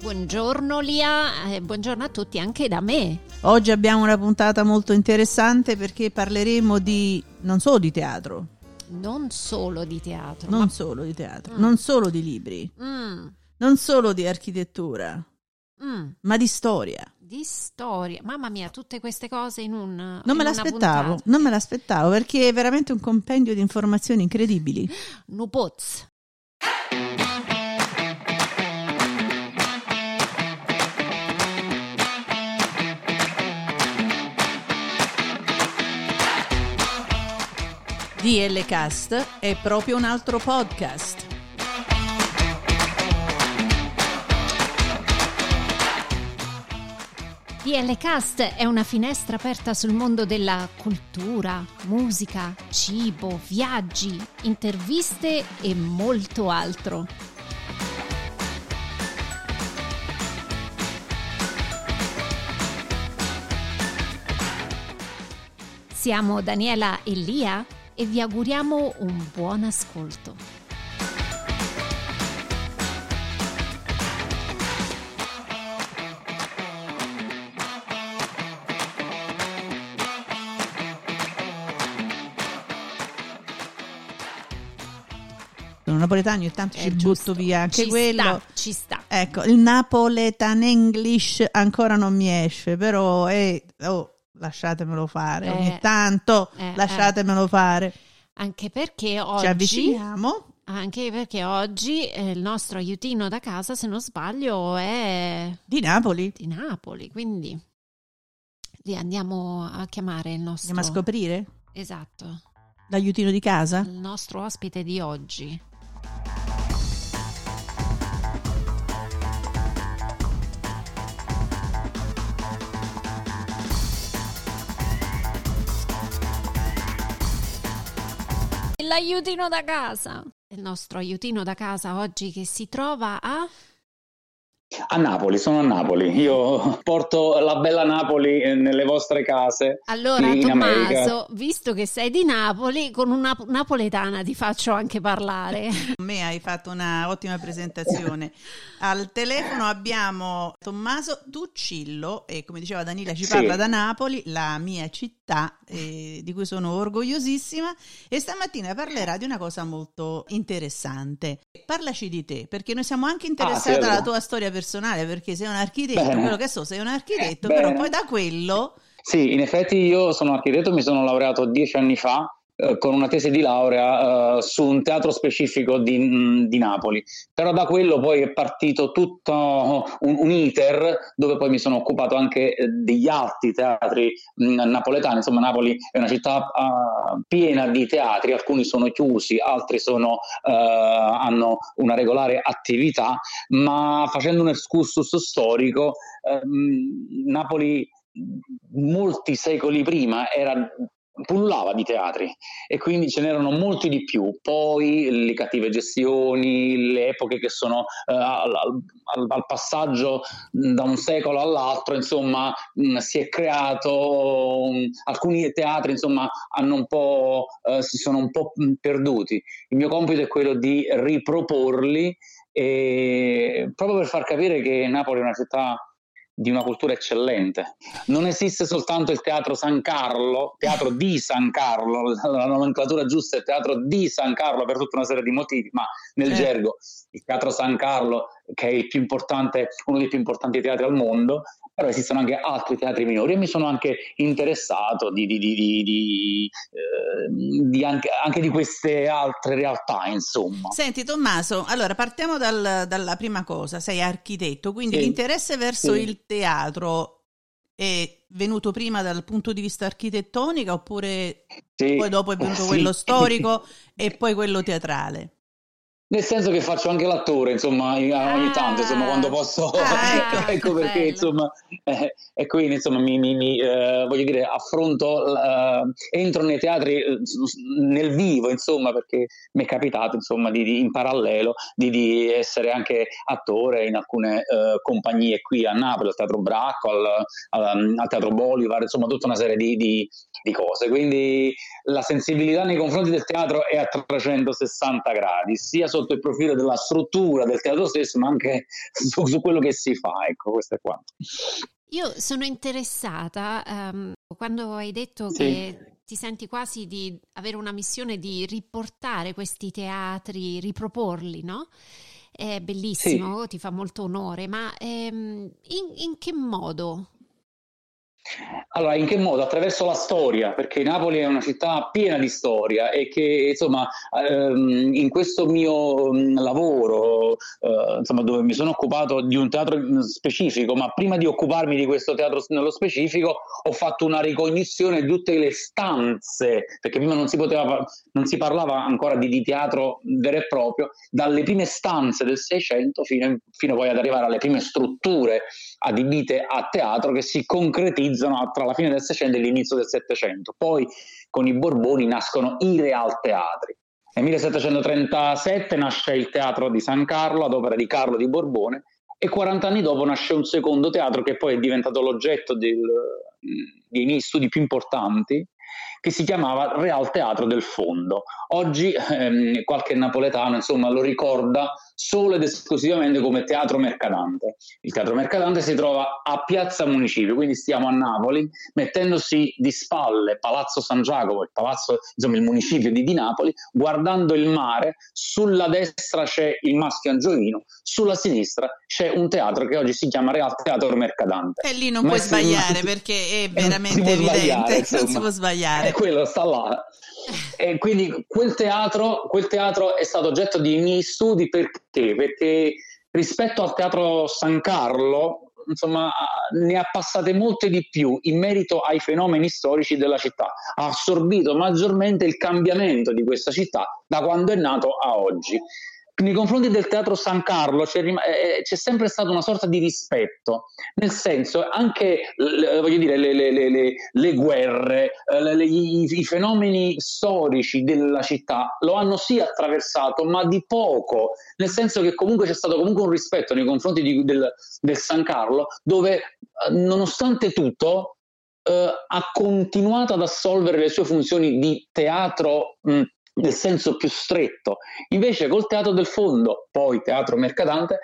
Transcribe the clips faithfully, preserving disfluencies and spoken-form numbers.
Buongiorno Lia, eh, buongiorno a tutti anche da me. Oggi abbiamo una puntata molto interessante perché parleremo di non solo di teatro. Non solo di teatro. Non ma... solo di teatro, Mm. non solo di libri, Mm. non solo di architettura, Mm. ma di storia. Di storia. Mamma mia, tutte queste cose in un Non in me una l'aspettavo, puntata. non me l'aspettavo perché è veramente un compendio di informazioni incredibili. Nupoz. D L Cast è proprio un altro podcast. D L Cast è una finestra aperta sul mondo della cultura, musica, cibo, viaggi, interviste e molto altro. Siamo Daniela e Lia e vi auguriamo un buon ascolto. Sono napoletano, io tanto È ci giusto. butto via anche Ci quello. sta, ci sta. Ecco, il Napoletan English ancora non mi esce, però è, oh, lasciatemelo fare, Eh, ogni tanto eh, lasciatemelo fare. Anche perché oggi Ci avviciniamo. Anche perché oggi eh, il nostro aiutino da casa, se non sbaglio, è Di Napoli. di Napoli, quindi li andiamo a chiamare il nostro Andiamo a scoprire esatto, l'aiutino di casa. il nostro ospite di oggi. L'aiutino da casa. Il nostro aiutino da casa oggi che si trova a A Napoli, sono a Napoli. Io porto la bella Napoli eh, nelle vostre case. Allora, in America. Tommaso, visto che sei di Napoli, con una napoletana ti faccio anche parlare. Con me hai fatto una ottima presentazione. Al telefono abbiamo Tommaso Tuccillo e, come diceva Danila, ci Sì. parla da Napoli, la mia città, eh, di cui sono orgogliosissima, e stamattina parlerà di una cosa molto interessante. Parlaci di te, perché noi siamo anche interessati sì, alla allora. tua storia personale, perché sei un architetto, Bene. quello che so, sei un architetto, Bene. però poi da quello... Sì, in effetti io sono architetto, mi sono laureato dieci anni fa eh, con una tesi di laurea eh, su un teatro specifico di, di Napoli. Però da quello poi è partito tutto un, un iter dove poi mi sono occupato anche eh, degli altri teatri mh, napoletani. Insomma, Napoli è una città eh, piena di teatri, alcuni sono chiusi, altri sono, eh, hanno una regolare attività, ma facendo un excursus storico, ehm, Napoli molti secoli prima era pullava di teatri e quindi ce n'erano molti di più. Poi le cattive gestioni, le epoche che sono eh, al, al, al passaggio da un secolo all'altro, insomma, mh, si è creato um, alcuni teatri, insomma, hanno un po' eh, si sono un po' perduti. Il mio compito è quello di riproporli, e proprio per far capire che Napoli è una città di una cultura eccellente. Non esiste soltanto il Teatro San Carlo, Teatro di San Carlo, la nomenclatura giusta è Teatro di San Carlo per tutta una serie di motivi, ma nel Eh. gergo il Teatro San Carlo, che è il più importante, uno dei più importanti teatri al mondo, però esistono anche altri teatri minori e mi sono anche interessato di, di, di, di, di, eh, di anche, anche di queste altre realtà, insomma. Senti Tommaso, allora partiamo dal- dalla prima cosa, sei architetto, quindi Sì. l'interesse verso Sì. il teatro è venuto prima dal punto di vista architettonico oppure Sì. poi dopo è venuto Sì. quello storico e poi quello teatrale? Nel senso che faccio anche l'attore, insomma, ogni Ah. tanto, insomma, quando posso, Ah, ecco, ecco che perché, bello. insomma, eh, e quindi, insomma, mi, mi, mi, eh, voglio dire, affronto, eh, entro nei teatri eh, nel vivo, insomma, perché mi è capitato, insomma, di, di in parallelo di, di essere anche attore in alcune eh, compagnie qui a Napoli, al Teatro Bracco, al, al, al Teatro Bolivar, insomma, tutta una serie di, di, di cose. Quindi la sensibilità nei confronti del teatro è a trecentosessanta gradi, sia sotto il profilo della struttura del teatro stesso, ma anche su, su quello che si fa, ecco, questo è quanto. Io sono interessata um, quando hai detto sì. che ti senti quasi di avere una missione di riportare questi teatri, riproporli, no? È bellissimo, sì. Ti fa molto onore, ma ehm, in, in che modo? Allora, in che modo? Attraverso la storia, perché Napoli è una città piena di storia e che, insomma, ehm, in questo mio mh, lavoro, eh, insomma, dove mi sono occupato di un teatro specifico, ma prima di occuparmi di questo teatro nello specifico, ho fatto una ricognizione di tutte le stanze, perché prima non si poteva, non si parlava ancora di, di teatro vero e proprio, dalle prime stanze del Seicento fino, fino poi ad arrivare alle prime strutture adibite a teatro che si concretizzano tra la fine del Seicento e l'inizio del Settecento. Poi con i Borboni nascono i Real Teatri. Nel millesettecentotrentasette nasce il Teatro di San Carlo ad opera di Carlo di Borbone e quaranta anni dopo nasce un secondo teatro che poi è diventato l'oggetto del, dei miei studi più importanti, che si chiamava Real Teatro del Fondo. Oggi ehm, qualche napoletano insomma lo ricorda solo ed esclusivamente come Teatro Mercadante. Il Teatro Mercadante si trova a Piazza Municipio, quindi stiamo a Napoli, mettendosi di spalle Palazzo San Giacomo, il palazzo, insomma il municipio di, di Napoli, guardando il mare. Sulla destra c'è il Maschio Angioino, sulla sinistra c'è un teatro che oggi si chiama Real Teatro Mercadante. E lì non Ma puoi sbagliare una... perché è veramente evidente, non si può sbagliare. E quello sta là. E quindi quel teatro, quel teatro è stato oggetto di miei studi. Perché? Perché rispetto al Teatro San Carlo, insomma, ne ha passate molte di più in merito ai fenomeni storici della città. Ha assorbito maggiormente il cambiamento di questa città da quando è nato a oggi. Nei confronti del Teatro San Carlo c'è, eh, c'è sempre stato una sorta di rispetto, nel senso anche eh, voglio dire le, le, le, le guerre, eh, le, i, i fenomeni storici della città lo hanno sì attraversato, ma di poco, nel senso che comunque c'è stato comunque un rispetto nei confronti di, del, del San Carlo, dove eh, nonostante tutto eh, ha continuato ad assolvere le sue funzioni di teatro mh, nel senso più stretto. Invece col Teatro del Fondo, poi Teatro Mercadante,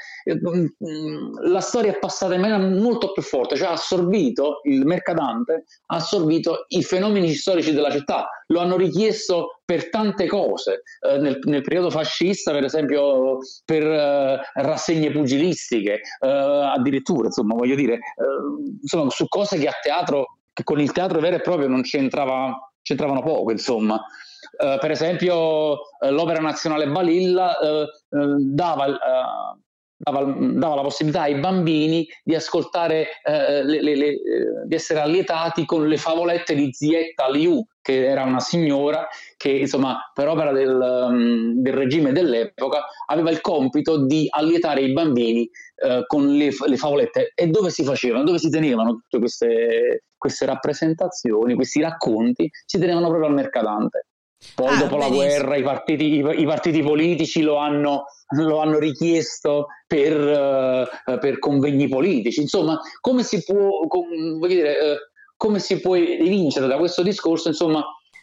la storia è passata in maniera molto più forte, cioè ha assorbito il Mercadante, ha assorbito i fenomeni storici della città, lo hanno richiesto per tante cose, eh, nel, nel periodo fascista per esempio per eh, rassegne pugilistiche, eh, addirittura insomma voglio dire, eh, insomma su cose che a teatro, che con il teatro vero e proprio non c'entrava, c'entravano poco insomma. Uh, per esempio uh, l'Opera Nazionale Balilla uh, uh, dava, uh, dava, dava la possibilità ai bambini di ascoltare, uh, le, le, le, di essere allietati con le favolette di Zietta Liu, che era una signora che insomma per opera del, um, del regime dell'epoca aveva il compito di allietare i bambini uh, con le, le favolette. E dove si facevano, dove si tenevano tutte queste, queste rappresentazioni, questi racconti? Si tenevano proprio al Mercadante. Poi ah, dopo benissimo. La guerra i partiti, i, i partiti politici lo hanno, lo hanno richiesto per, uh, per convegni politici. Insomma, come si può, com, voglio dire, uh, come si può evincere da questo discorso? Insomma,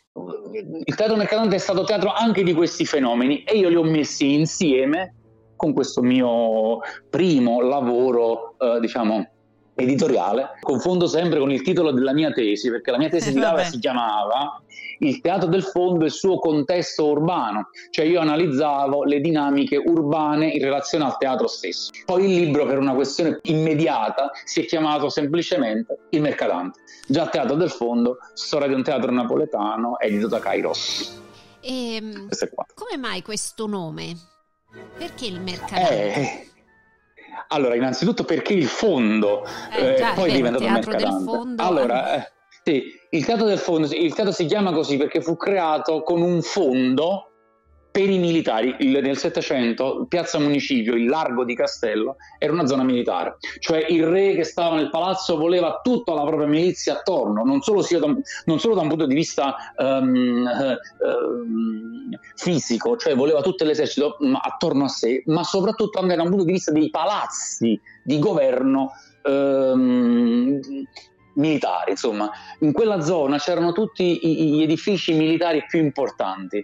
il Teatro Mercadante è stato teatro anche di questi fenomeni e io li ho messi insieme con questo mio primo lavoro, uh, diciamo, editoriale. Confondo sempre con il titolo della mia tesi, perché la mia tesi di laurea si chiamava Il Teatro del Fondo e il suo contesto urbano, cioè io analizzavo le dinamiche urbane in relazione al teatro stesso. Poi il libro, per una questione immediata, si è chiamato semplicemente Il Mercadante. Già Teatro del Fondo, storia di un teatro napoletano, edito da Kairos. E come mai questo nome? Perché il Mercadante? Eh, Allora, innanzitutto perché il fondo, eh, già, eh, poi è diventato Teatro Mercadante. Del Fondo. Allora, eh, sì, il Teatro del Fondo, il teatro si chiama così perché fu creato con un fondo per i militari. Il, nel Settecento, Piazza Municipio, il largo di Castello, era una zona militare, cioè il re che stava nel palazzo voleva tutta la propria milizia attorno, non solo, sia da, non solo da un punto di vista um, um, fisico, cioè voleva tutto l'esercito attorno a sé, ma soprattutto anche da un punto di vista dei palazzi di governo um, militari. Insomma, in quella zona c'erano tutti gli edifici militari più importanti.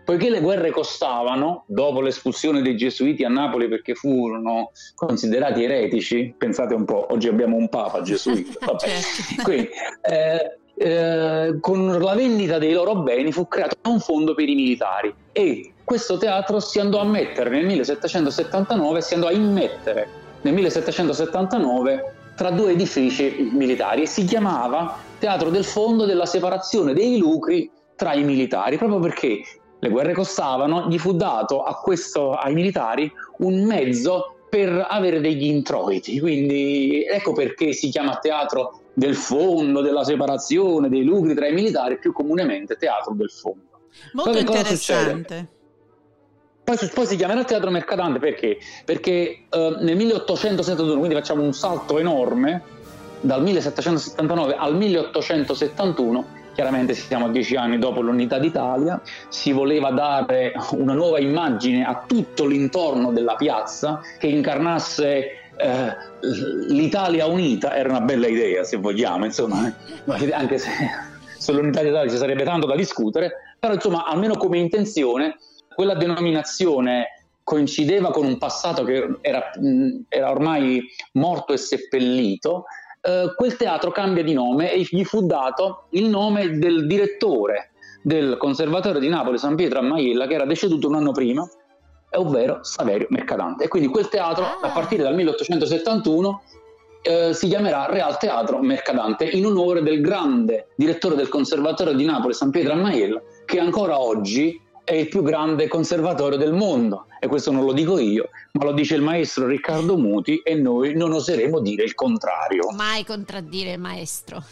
poiché le guerre costavano, dopo l'espulsione dei gesuiti a Napoli perché furono considerati eretici, pensate un po', oggi abbiamo un papa gesuita, vabbè. Certo. Quindi, eh, eh, con la vendita dei loro beni fu creato un fondo per i militari e questo teatro si andò a mettere nel millesettecentosettantanove, si andò a immettere nel millesettecentosettantanove tra due edifici militari e si chiamava Teatro del Fondo della separazione dei lucri tra i militari, proprio perché le guerre costavano, gli fu dato a questo, ai militari un mezzo per avere degli introiti, quindi ecco perché si chiama Teatro del Fondo della separazione dei lucri tra i militari, più comunemente Teatro del Fondo. Molto poi interessante. Poi, poi si chiamerà Teatro Mercadante perché? Perché eh, nel milleottocentosettantuno, quindi facciamo un salto enorme, dal millesettecentosettantanove al milleottocentosettantuno, chiaramente siamo a dieci anni dopo l'unità d'Italia, si voleva dare una nuova immagine a tutto l'intorno della piazza che incarnasse eh, l'Italia unita. Era una bella idea, se vogliamo, insomma, anche se sull'unità d'Italia ci sarebbe tanto da discutere, però insomma almeno come intenzione quella denominazione coincideva con un passato che era, era ormai morto e seppellito. Uh, quel teatro cambia di nome e gli fu dato il nome del direttore del Conservatorio di Napoli San Pietro a Maiella, che era deceduto un anno prima, ovvero Saverio Mercadante, e quindi quel teatro ah. a partire dal milleottocentosettantuno uh, si chiamerà Real Teatro Mercadante in onore del grande direttore del Conservatorio di Napoli San Pietro a Maiella, che ancora oggi è il più grande conservatorio del mondo, e questo non lo dico io, ma lo dice il maestro Riccardo Muti e noi non oseremo dire il contrario. Mai contraddire il maestro.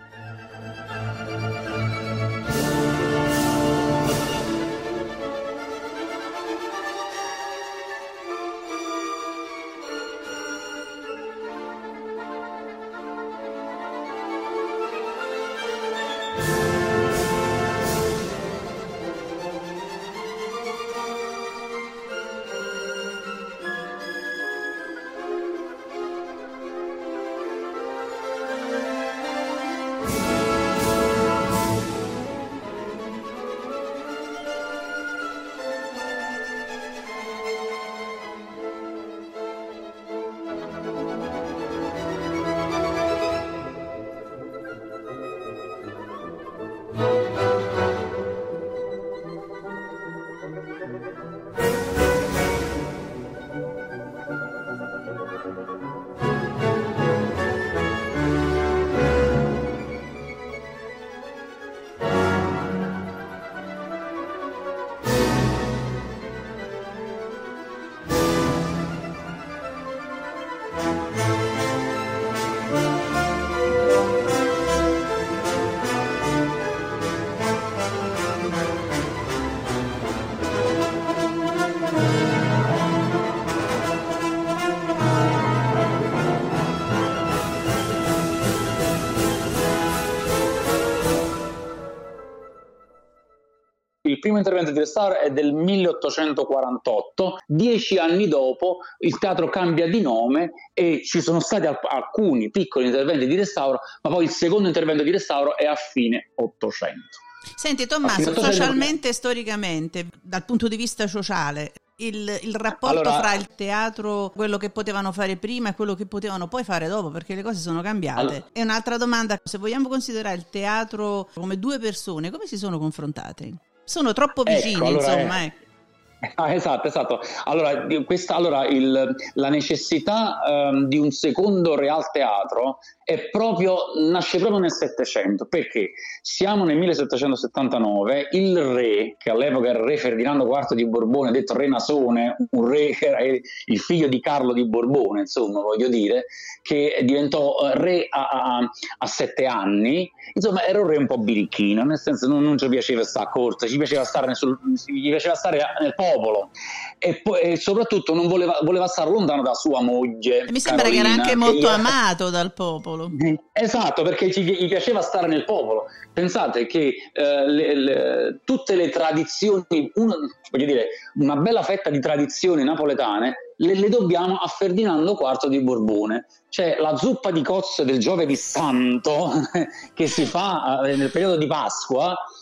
Il primo intervento di restauro è del milleottocentoquarantotto, dieci anni dopo il teatro cambia di nome e ci sono stati alc- alcuni piccoli interventi di restauro, ma poi il secondo intervento di restauro è a fine Ottocento. Senti Tommaso, socialmente e storicamente, dal punto di vista sociale, il, il rapporto allora, fra il teatro, quello che potevano fare prima e quello che potevano poi fare dopo, perché le cose sono cambiate. Allora, e un'altra domanda, se vogliamo considerare il teatro come due persone, come si sono confrontate? Sono troppo vicini, ecco, allora insomma. È... Ah, esatto, esatto. Allora, questa, allora il, la necessità um, di un secondo Real Teatro è proprio, nasce proprio nel Settecento, perché siamo nel millesettecentosettantanove, il re, che all'epoca era il re Ferdinando quarto di Borbone, detto re Nasone, un re che era il figlio di Carlo di Borbone, insomma, voglio dire, che diventò re a, a, a sette anni, insomma era un re un po' birichino, nel senso non, non ci piaceva stare a corte, ci piaceva stare nel, gli piaceva stare nel popolo e, poi, e soprattutto non voleva, voleva stare lontano da sua moglie. E mi sembra Carolina, che era anche molto era... amato dal popolo. Esatto, perché gli, gli piaceva stare nel popolo. Pensate che eh, le, le, tutte le tradizioni, uno, voglio dire, una bella fetta di tradizioni napoletane le, le dobbiamo a Ferdinando quarto di Borbone. C'è la zuppa di cozze del Giovedì Santo che si fa eh, nel periodo di Pasqua,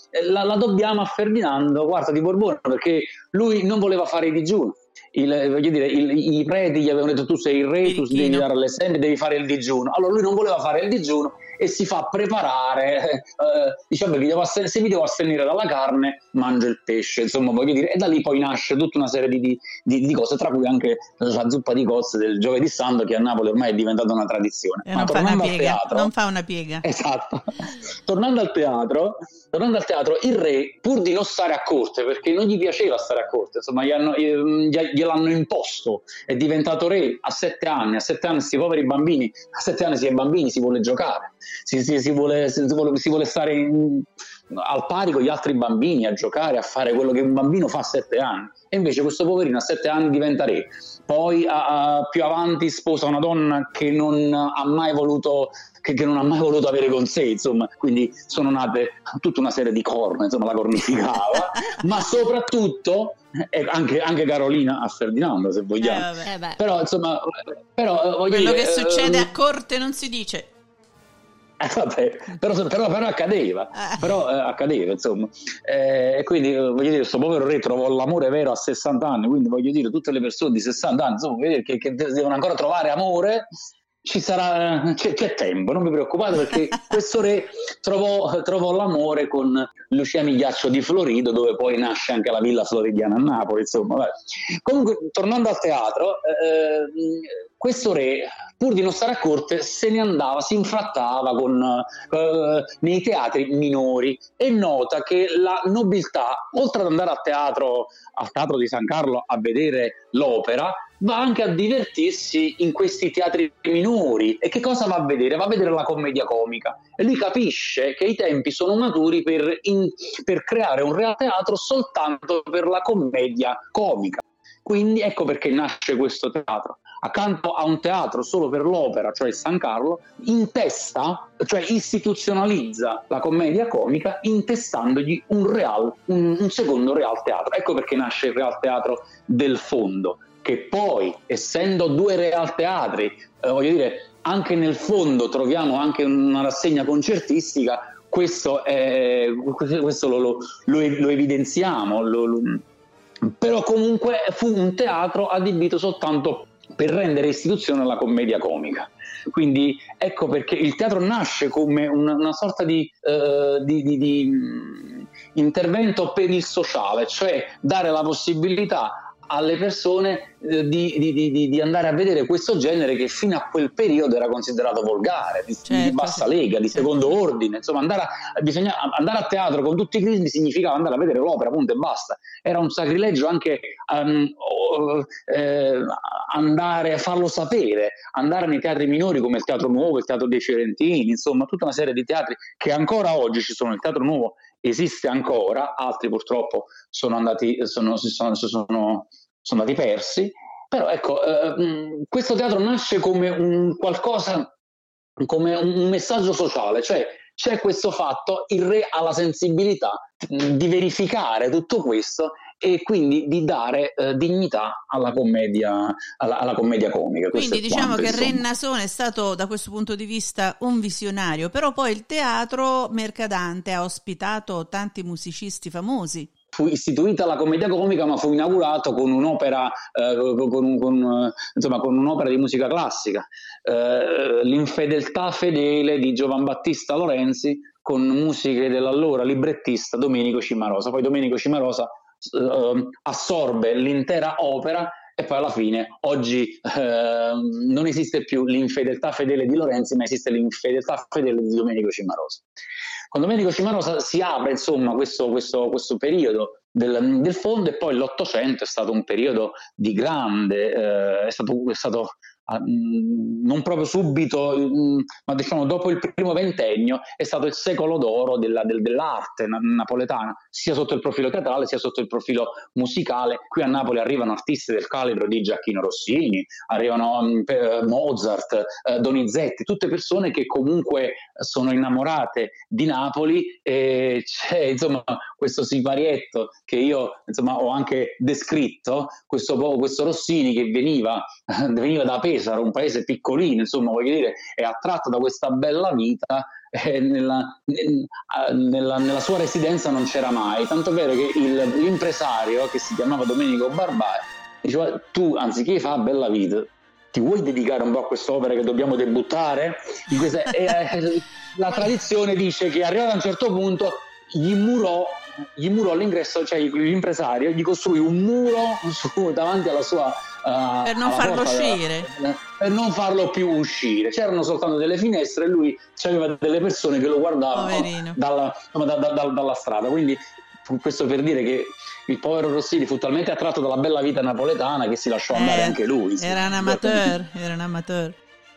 la, la dobbiamo a Ferdinando quarto di Borbone, perché lui non voleva fare il digiuno. Il, voglio dire, il, i preti gli avevano detto: tu sei il re, tu devi dare l'esempio, devi fare il digiuno. Allora lui non voleva fare il digiuno e si fa preparare, eh, diciamo, vi devo assen- se vi devo astenere dalla carne, mangio il pesce, insomma, voglio dire, e da lì poi nasce tutta una serie di, di, di, di cose, tra cui anche la zuppa di cozze del Giovedì Santo, che a Napoli ormai è diventata una tradizione. E Ma non fa una tornando al piega, teatro, non fa una piega. Esatto. Tornando al teatro, tornando al teatro, il re, pur di non stare a corte, perché non gli piaceva stare a corte, insomma, gli hanno, gli, gliel'hanno imposto, è diventato re a sette anni, a sette anni questi poveri bambini, a sette anni si è bambini, si vuole giocare, si, si, si, vuole, si, vuole, si vuole stare in, al pari con gli altri bambini, a giocare, a fare quello che un bambino fa a sette anni. E invece questo poverino a sette anni diventa re, poi a, a, più avanti sposa una donna che non ha mai voluto che, che non ha mai voluto avere con sé, insomma, quindi sono nate tutta una serie di corna, insomma, la cornificava, ma soprattutto eh, anche, anche Carolina a Ferdinando, se vogliamo. Eh, vabbè. Però insomma, però, voglio quello dire, che succede eh, a corte non si dice. Eh, vabbè, però, però, però accadeva, però eh, accadeva, insomma, eh, e quindi eh, voglio dire, questo povero re trovò l'amore vero a sessanta anni, quindi voglio dire, tutte le persone di sessanta anni, insomma, voglio dire, che, che devono ancora trovare amore, ci sarà, c'è, c'è tempo, non vi preoccupate, perché questo re trovò, trovò l'amore con Lucia Migliaccio di Florido, dove poi nasce anche la Villa Floridiana a Napoli, insomma. Vabbè. Comunque, tornando al teatro, eh, questo re, pur di non stare a corte, se ne andava, si infrattava con, eh, nei teatri minori, e nota che la nobiltà, oltre ad andare al teatro, al teatro di San Carlo a vedere l'opera, va anche a divertirsi in questi teatri minori. E che cosa va a vedere? Va a vedere la commedia comica, e lui capisce che i tempi sono maturi per, in, per creare un real teatro soltanto per la commedia comica. Quindi ecco perché nasce questo teatro. Accanto a un teatro solo per l'opera, cioè il San Carlo, intesta, cioè istituzionalizza la commedia comica, intestandogli un real, un, un secondo real teatro. Ecco perché nasce il Real Teatro del Fondo, che poi, essendo due real teatri, eh, voglio dire, anche nel fondo troviamo anche una rassegna concertistica. Questo, è, questo lo, lo, lo, lo evidenziamo, lo, lo, però comunque fu un teatro adibito soltanto per rendere istituzione alla commedia comica. Quindi ecco perché il teatro nasce come una, una sorta di, uh, di, di, di intervento per il sociale, cioè dare la possibilità alle persone eh, di, di, di, di andare a vedere questo genere che fino a quel periodo era considerato volgare, di, certo, di bassa sì. lega, di secondo ordine. Insomma, andare a, bisogna, andare a teatro con tutti i crismi significava andare a vedere l'opera, punto e basta. Era un sacrilegio anche um, eh, andare a farlo sapere, andare nei teatri minori come il Teatro Nuovo, il Teatro dei Fiorentini, insomma tutta una serie di teatri che ancora oggi ci sono. Il Teatro Nuovo esiste ancora, altri purtroppo sono andati, sono, sono, sono, sono andati persi, però ecco, eh, questo teatro nasce come un qualcosa, come un messaggio sociale, cioè c'è questo fatto, il re ha la sensibilità di verificare tutto questo e quindi di dare eh, dignità alla commedia, alla, alla commedia comica. Quindi diciamo quanto, che insomma. Re Nasone è stato da questo punto di vista un visionario, però poi il teatro Mercadante ha ospitato tanti musicisti famosi. Fu istituita la commedia comica, ma fu inaugurato con un'opera, eh, con, con, insomma, con un'opera di musica classica, eh, L'infedeltà fedele di Giovan Battista Lorenzi, con musiche dell'allora librettista Domenico Cimarosa. Poi Domenico Cimarosa eh, assorbe l'intera opera e poi alla fine oggi eh, non esiste più l'infedeltà fedele di Lorenzi, ma esiste l'infedeltà fedele di Domenico Cimarosa. Con Domenico Cimarosa si apre insomma questo, questo, questo periodo del, del fondo, e poi l'Ottocento è stato un periodo di grande, eh, è stato, è stato non proprio subito, ma diciamo dopo il primo ventennio, è stato il secolo d'oro della, del, dell'arte napoletana, sia sotto il profilo teatrale sia sotto il profilo musicale. Qui a Napoli arrivano artisti del calibro di Giacchino Rossini, arrivano eh, Mozart, eh, Donizetti, tutte persone che comunque sono innamorate di Napoli, e c'è insomma questo siparietto che io insomma ho anche descritto, questo, questo Rossini che veniva, veniva da Pesaro, un paese piccolino, insomma voglio dire, è attratto da questa bella vita, eh, nella, nella, nella sua residenza non c'era mai, tanto è vero che il, l'impresario, che si chiamava Domenico Barbai, diceva: tu anziché fare bella vita, ti vuoi dedicare un po' a quest'opera che dobbiamo debuttare? In questa, e, eh, la tradizione dice che arrivato a un certo punto gli murò, gli murò all'ingresso, cioè l'impresario gli costruì un muro su, davanti alla sua uh, per non farlo uscire, della, per non farlo più uscire. C'erano soltanto delle finestre e lui aveva delle persone che lo guardavano dalla, da, da, da, dalla strada. Quindi questo per dire che il povero Rossini fu talmente attratto dalla bella vita napoletana che si lasciò andare eh, anche lui. Era un amateur, era un amateur.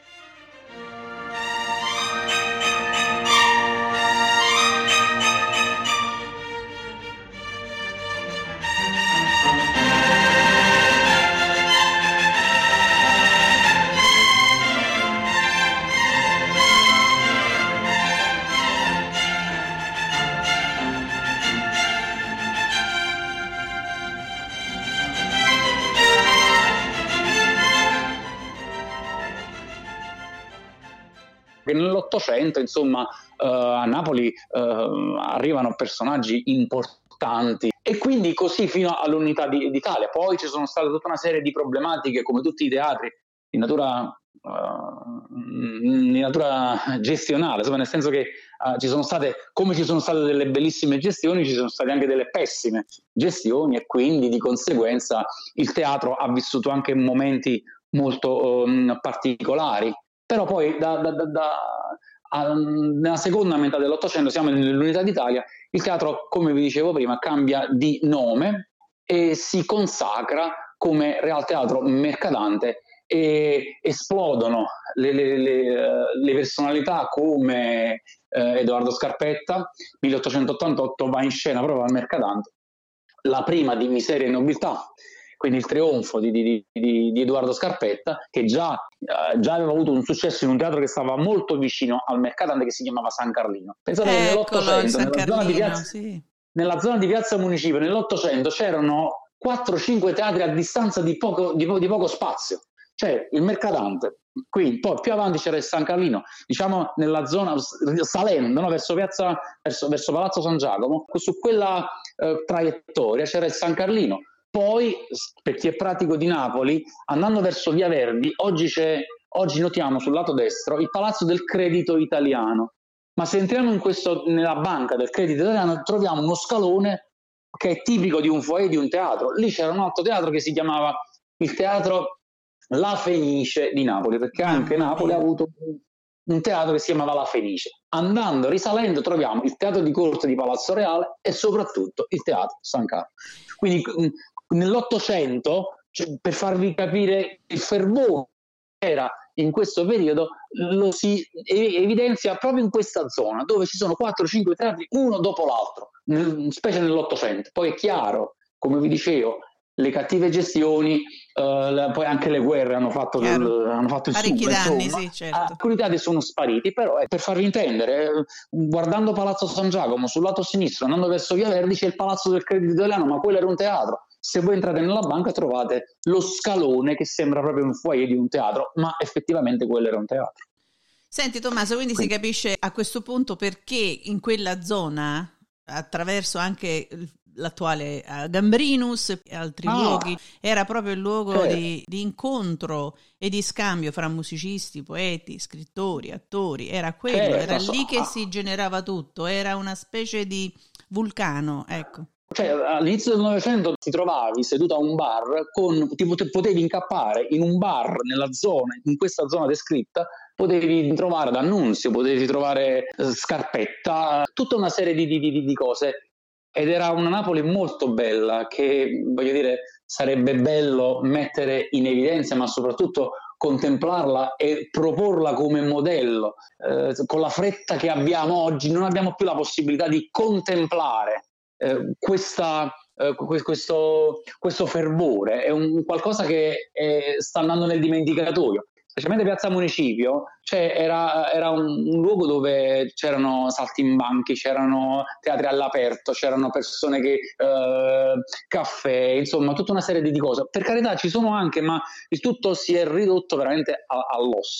Che nell'Ottocento, insomma, uh, a Napoli uh, arrivano personaggi importanti e quindi così fino all'unità di, d'Italia. Poi ci sono state tutta una serie di problematiche, come tutti i teatri, di natura, uh, di natura gestionale, insomma, nel senso che uh, ci sono state, come ci sono state delle bellissime gestioni, ci sono state anche delle pessime gestioni, e quindi di conseguenza il teatro ha vissuto anche momenti molto um, particolari. Però poi da, da, da, da, a, nella seconda metà dell'Ottocento, siamo nell'Unità d'Italia, il teatro, come vi dicevo prima, cambia di nome e si consacra come Real Teatro Mercadante, e esplodono le, le, le, le personalità come eh, Edoardo Scarpetta. milleottocentottantotto va in scena proprio al Mercadante la prima di Miseria e Nobiltà, quindi il trionfo di, di, di, di Edoardo Scarpetta, che già, eh, già aveva avuto un successo in un teatro che stava molto vicino al Mercadante, che si chiamava San Carlino. Pensate che nell'Ottocento, nella, zona di piazza, sì. nella zona di Piazza Municipio, nell'Ottocento c'erano quattro cinque teatri a distanza di poco, di, po- di poco spazio. Cioè il Mercadante, qui poi più avanti c'era il San Carlino, diciamo nella zona, salendo, no, verso, piazza, verso, verso Palazzo San Giacomo, su quella eh, traiettoria c'era il San Carlino. Poi, per chi è pratico di Napoli, andando verso Via Verdi, oggi, c'è, oggi notiamo sul lato destro il Palazzo del Credito Italiano. Ma se entriamo in questo, nella banca del Credito Italiano, troviamo uno scalone che è tipico di un foyer di un teatro. Lì c'era un altro teatro che si chiamava il Teatro La Fenice di Napoli, perché anche Napoli ha avuto un teatro che si chiamava La Fenice. Andando, risalendo, troviamo il Teatro di Corte di Palazzo Reale e soprattutto il Teatro San Carlo. Quindi nell'Ottocento, cioè, per farvi capire il fervore che era in questo periodo, lo si evidenzia proprio in questa zona, dove ci sono quattro cinque teatri uno dopo l'altro, nel, specie nell'Ottocento. Poi è chiaro, come vi dicevo, le cattive gestioni, uh, poi anche le guerre hanno fatto, del, hanno fatto il parecchi succo, danni, insomma. Sì, certo. Alcuni teatri sono spariti, però eh, per farvi intendere, eh, guardando Palazzo San Giacomo sul lato sinistro, andando verso Via Verdi, c'è il Palazzo del Credito Italiano, ma quello era un teatro. Se voi entrate nella banca trovate lo scalone che sembra proprio un foyer di un teatro, ma effettivamente quello era un teatro. Senti Tommaso, quindi, quindi si capisce a questo punto perché in quella zona, attraverso anche l'attuale Gambrinus e altri ah, luoghi, era proprio il luogo certo. di, di incontro e di scambio fra musicisti, poeti, scrittori, attori. Era quello, certo. era lì che si generava tutto, era una specie di vulcano, ecco. Cioè, all'inizio del Novecento ti trovavi seduto a un bar, con, ti potevi incappare in un bar nella zona, in questa zona descritta, potevi trovare D'Annunzio, potevi trovare Scarpetta, tutta una serie di, di, di, di cose. Ed era una Napoli molto bella, che, voglio dire, sarebbe bello mettere in evidenza, ma soprattutto contemplarla e proporla come modello. Eh, con la fretta che abbiamo oggi non abbiamo più la possibilità di contemplare Eh, questa, eh, questo, questo fervore. È un qualcosa che è, sta andando nel dimenticatoio, specialmente Piazza Municipio. Cioè era, era un, un luogo dove c'erano saltimbanchi, c'erano teatri all'aperto, c'erano persone che eh, caffè, insomma tutta una serie di cose. Per carità ci sono anche, ma il tutto si è ridotto veramente a, all'osso.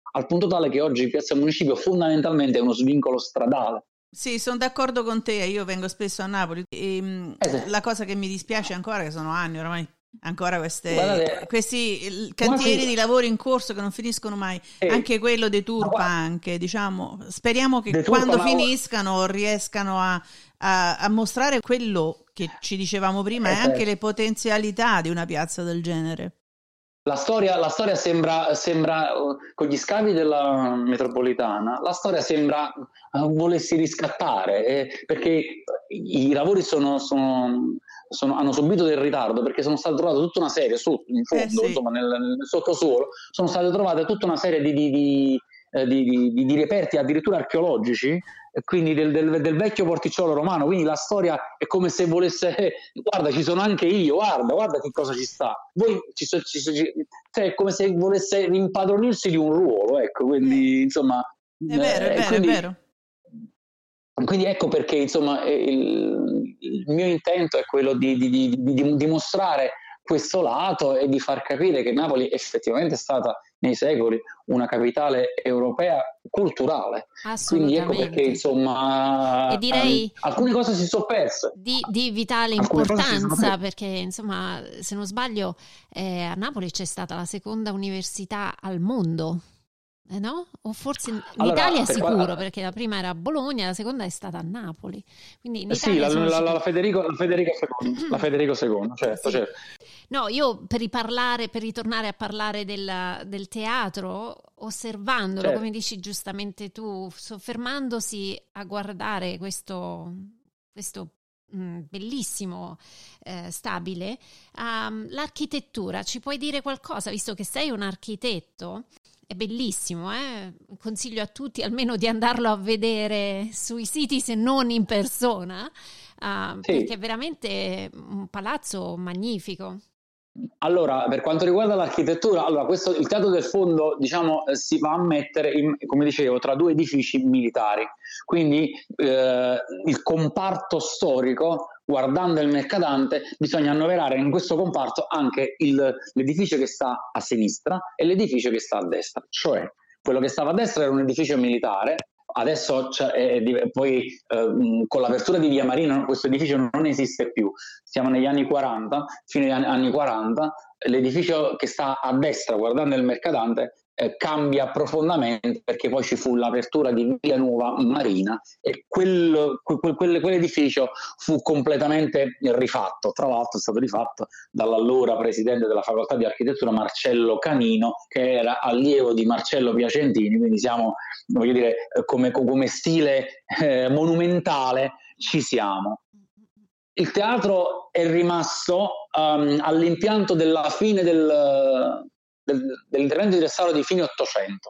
al punto tale che oggi Piazza Municipio fondamentalmente è uno svincolo stradale. Sì, sono d'accordo con te, io vengo spesso a Napoli e Eh sì. la cosa che mi dispiace ancora, che sono anni ormai, ancora queste, Guardate, questi cantieri quasi- di lavoro in corso che non finiscono mai, eh, anche quello dei Turpa, ma guarda, anche, diciamo, speriamo che De Turpa, quando ma- finiscano riescano a, a- a mostrare quello che ci dicevamo prima Eh, e anche certo. le potenzialità di una piazza del genere. La storia, la storia sembra, sembra uh, con gli scavi della metropolitana, la storia sembra uh, volersi riscattare, eh, perché i, i lavori sono, sono, sono- hanno subito del ritardo, perché sono state trovate tutta una serie, su, in fondo, Eh, sì. insomma, nel, nel sottosuolo, sono state trovate tutta una serie di, di, di, eh, di, di- di- di reperti addirittura archeologici, e quindi del, del- del vecchio porticciolo romano, quindi la storia è come se volesse, eh, guarda ci sono anche io, guarda, guarda che cosa ci sta, voi ci, so- ci, so- ci- cioè è come se volesse impadronirsi di un ruolo, ecco, quindi insomma, È vero, è eh, vero, quindi, è vero. quindi ecco perché insomma eh, il, il mio intento è quello di, di, di, di, di dimostrare questo lato e di far capire che Napoli effettivamente è stata nei secoli una capitale europea culturale. Quindi ecco perché Assolutamente. insomma E direi ehm, alcune cose si sono perse. di, di vitale Alcune cose si sono importanza, perse. perché insomma, se non sbaglio, eh, a Napoli c'è stata la seconda università al mondo, eh, no? O forse in in Allora, Italia per qua- sicuro, perché la prima era a Bologna, la seconda è stata a Napoli. Quindi in eh sì, Italia la, sono la- la- sicura. la Federico, la Federico secondo, la Federico secondo, certo, Sì. certo. No, io per riparlare, per ritornare a parlare del, del teatro, osservandolo, Certo. come dici giustamente tu, soffermandosi a guardare questo, questo mm, bellissimo eh, stabile, um, l'architettura, ci puoi dire qualcosa, visto che sei un architetto? È bellissimo, eh? Consiglio a tutti almeno di andarlo a vedere sui siti, se non in persona, ah, Sì. perché è veramente un palazzo magnifico. Allora, per quanto riguarda l'architettura, allora questo, il Teatro del Fondo, diciamo, eh, si va a mettere, in, come dicevo, tra due edifici militari. Quindi eh, il comparto storico, guardando il Mercadante, bisogna annoverare in questo comparto anche il, l'edificio che sta a sinistra e l'edificio che sta a destra. Cioè, quello che stava a destra era un edificio militare. Adesso è, è, poi eh, con l'apertura di Via Marina questo edificio non esiste più, siamo negli anni quaranta, fine anni, anni quaranta, l'edificio che sta a destra guardando il Mercadante eh, cambia profondamente perché poi ci fu l'apertura di Via Nuova Marina e quel, quel, quel, quell'edificio fu completamente rifatto, tra l'altro è stato rifatto dall'allora presidente della facoltà di architettura Marcello Canino, che era allievo di Marcello Piacentini, quindi siamo, voglio dire, come, come stile eh, monumentale ci siamo. Il teatro è rimasto um, all'impianto della fine del, del, dell'intervento di restauro di fine Ottocento.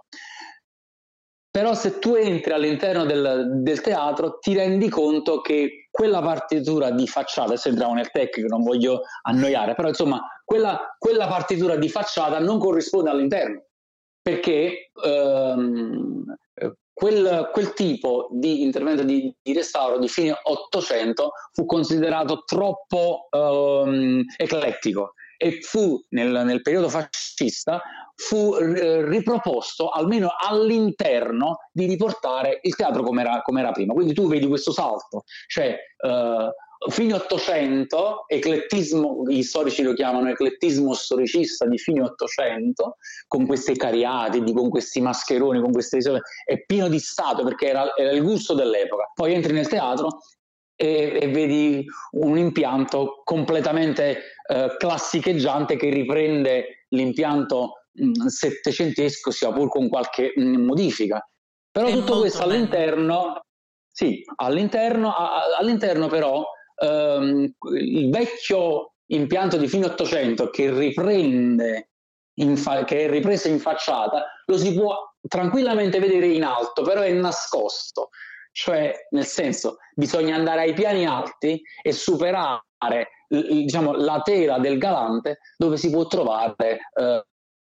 Però se tu entri all'interno del, del teatro ti rendi conto che quella partitura di facciata, adesso entriamo nel tecnico, non voglio annoiare, però insomma quella, quella partitura di facciata non corrisponde all'interno, perché ehm, Quel, quel tipo di intervento di, di restauro di fine Ottocento fu considerato troppo um, eclettico e fu nel, nel periodo fascista fu eh, riproposto almeno all'interno di riportare il teatro come era, come era prima. Quindi tu vedi questo salto, cioè uh, fine Ottocento, eclettismo, gli storici lo chiamano eclettismo storicista di fine Ottocento, con queste cariatidi, con questi mascheroni, con queste isole, è pieno di stato perché era, era il gusto dell'epoca. Poi entri nel teatro e, e vedi un impianto completamente eh, classicheggiante che riprende l'impianto mh, settecentesco, sia pur con qualche mh, modifica. Però È tutto questo molto bello. all'interno, sì, all'interno, a, all'interno però ehm, il vecchio impianto di fine Ottocento che riprende in fa- che è ripreso in facciata, lo si può tranquillamente vedere in alto, però è nascosto, cioè nel senso bisogna andare ai piani alti e superare l- diciamo, la tela del Galante dove si può trovare eh,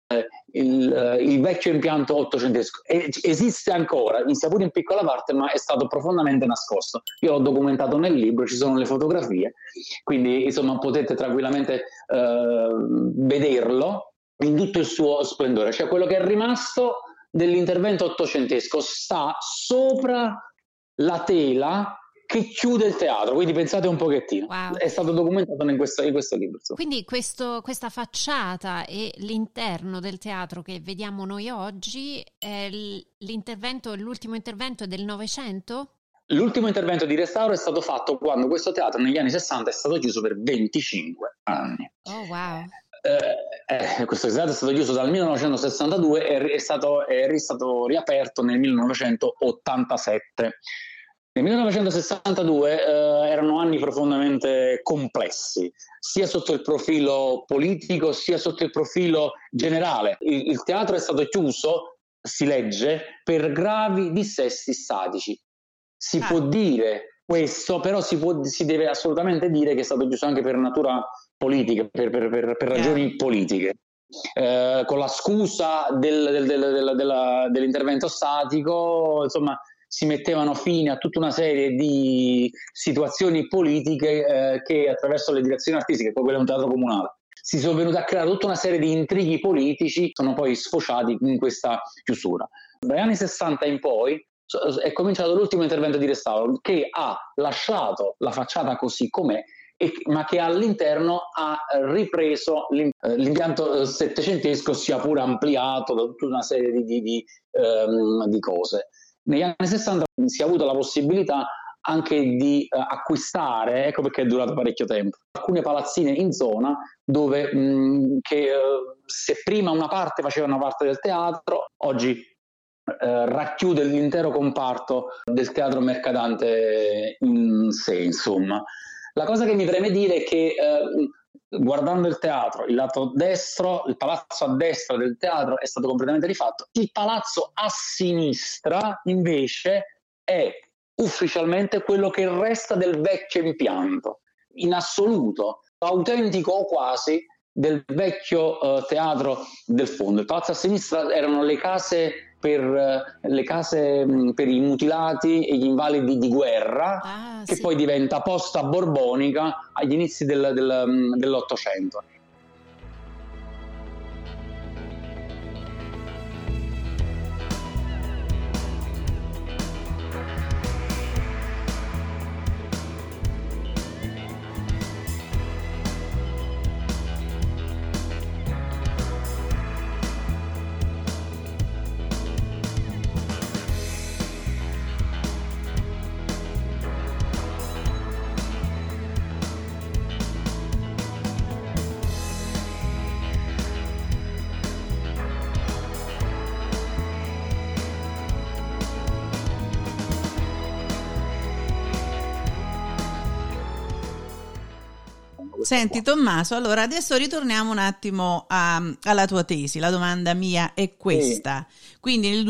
il, il vecchio impianto ottocentesco. E, esiste ancora, sia pure in piccola parte, ma è stato profondamente nascosto. Io l'ho documentato nel libro, ci sono le fotografie, quindi insomma potete tranquillamente eh, vederlo in tutto il suo splendore. Cioè quello che è rimasto dell'intervento ottocentesco, sta sopra la tela che chiude il teatro, quindi pensate un pochettino. Wow. È stato documentato in questo, in questo libro. Insomma. Quindi questo, questa facciata e l'interno del teatro che vediamo noi oggi, è l'intervento, l'ultimo intervento è del Novecento? L'ultimo intervento di restauro è stato fatto quando questo teatro negli anni sessanta è stato chiuso per venticinque anni. Oh wow! Eh, eh, questo teatro è stato chiuso dal millenovecentosessantadue e è stato, è stato riaperto nel millenovecentottantasette. Nel millenovecentosessantadue eh, erano anni profondamente complessi, sia sotto il profilo politico sia sotto il profilo generale. Il, il teatro è stato chiuso, si legge, per gravi dissesti statici. Si ah. può dire questo, però si, può, si deve assolutamente dire che è stato chiuso anche per natura politica, per, per, per, per ragioni yeah. politiche. Eh, con la scusa del, del, del, del, del, dell'intervento statico, insomma, si mettevano fine a tutta una serie di situazioni politiche eh, che attraverso le direzioni artistiche, poi quello è un teatro comunale, si sono venuti a creare tutta una serie di intrighi politici, sono poi sfociati in questa chiusura. Dagli anni sessanta in poi è cominciato l'ultimo intervento di restauro che ha lasciato la facciata così com'è, e, ma che all'interno ha ripreso l'impianto settecentesco, sia pure ampliato da tutta una serie di, di, di, um, di cose. Negli anni sessanta si è avuta la possibilità anche di uh, acquistare, ecco perché è durato parecchio tempo, alcune palazzine in zona dove mh, che uh, se prima una parte facevano parte del teatro, oggi uh, racchiude l'intero comparto del teatro mercatante in sé, insomma. La cosa che mi preme dire è che uh, guardando il teatro, il lato destro, il palazzo a destra del teatro è stato completamente rifatto, il palazzo a sinistra invece è ufficialmente quello che resta del vecchio impianto, in assoluto, autentico o quasi, del vecchio uh, teatro del fondo. Il palazzo a sinistra erano le case per, uh, le case mh, per i mutilati e gli invalidi di guerra, ah, che sì. poi diventa posta borbonica agli inizi del, del, dell'Ottocento. Senti Tommaso, allora adesso ritorniamo un attimo a, alla tua tesi. La domanda mia è questa. Sì. Quindi nel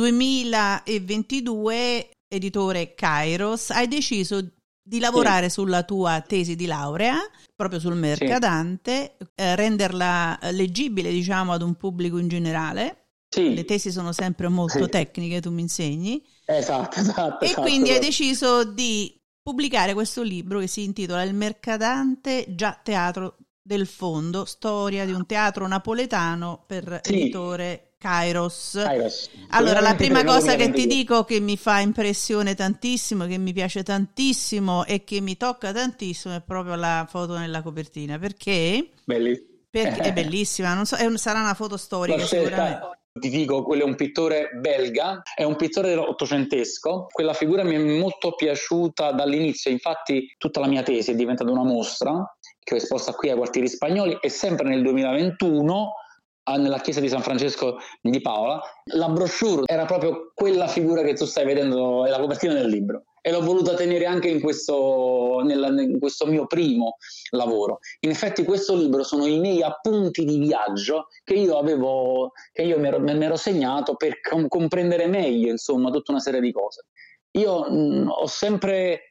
duemilaventidue, editore Kairos, hai deciso di lavorare sì. sulla tua tesi di laurea, proprio sul mercadante, sì. eh, renderla leggibile, diciamo, ad un pubblico in generale. Sì. Le tesi sono sempre molto sì. tecniche, tu mi insegni. Esatto, esatto. E esatto, quindi esatto. hai deciso di pubblicare questo libro che si intitola Il mercadante, già teatro del fondo, storia di un teatro napoletano, per sì. editore Kairos. Kairos. Allora, la prima cosa che ti dico, che mi fa impressione tantissimo, che mi piace tantissimo e che mi tocca tantissimo, è proprio la foto nella copertina, perché, perché è bellissima, non so, è un, sarà una foto storica sicuramente. Ti dico, quello è un pittore belga, è un pittore ottocentesco. Quella figura mi è molto piaciuta dall'inizio, infatti tutta la mia tesi è diventata una mostra che ho esposta qui ai Quartieri Spagnoli, e sempre nel duemilaventuno nella chiesa di San Francesco di Paola. La brochure era proprio quella figura che tu stai vedendo, è la copertina del libro, e l'ho voluta tenere anche in questo, nella, in questo mio primo lavoro. In effetti questo libro sono i miei appunti di viaggio che io avevo, che io mi ero, mi ero segnato per com- comprendere meglio, insomma, tutta una serie di cose. Io mh, ho sempre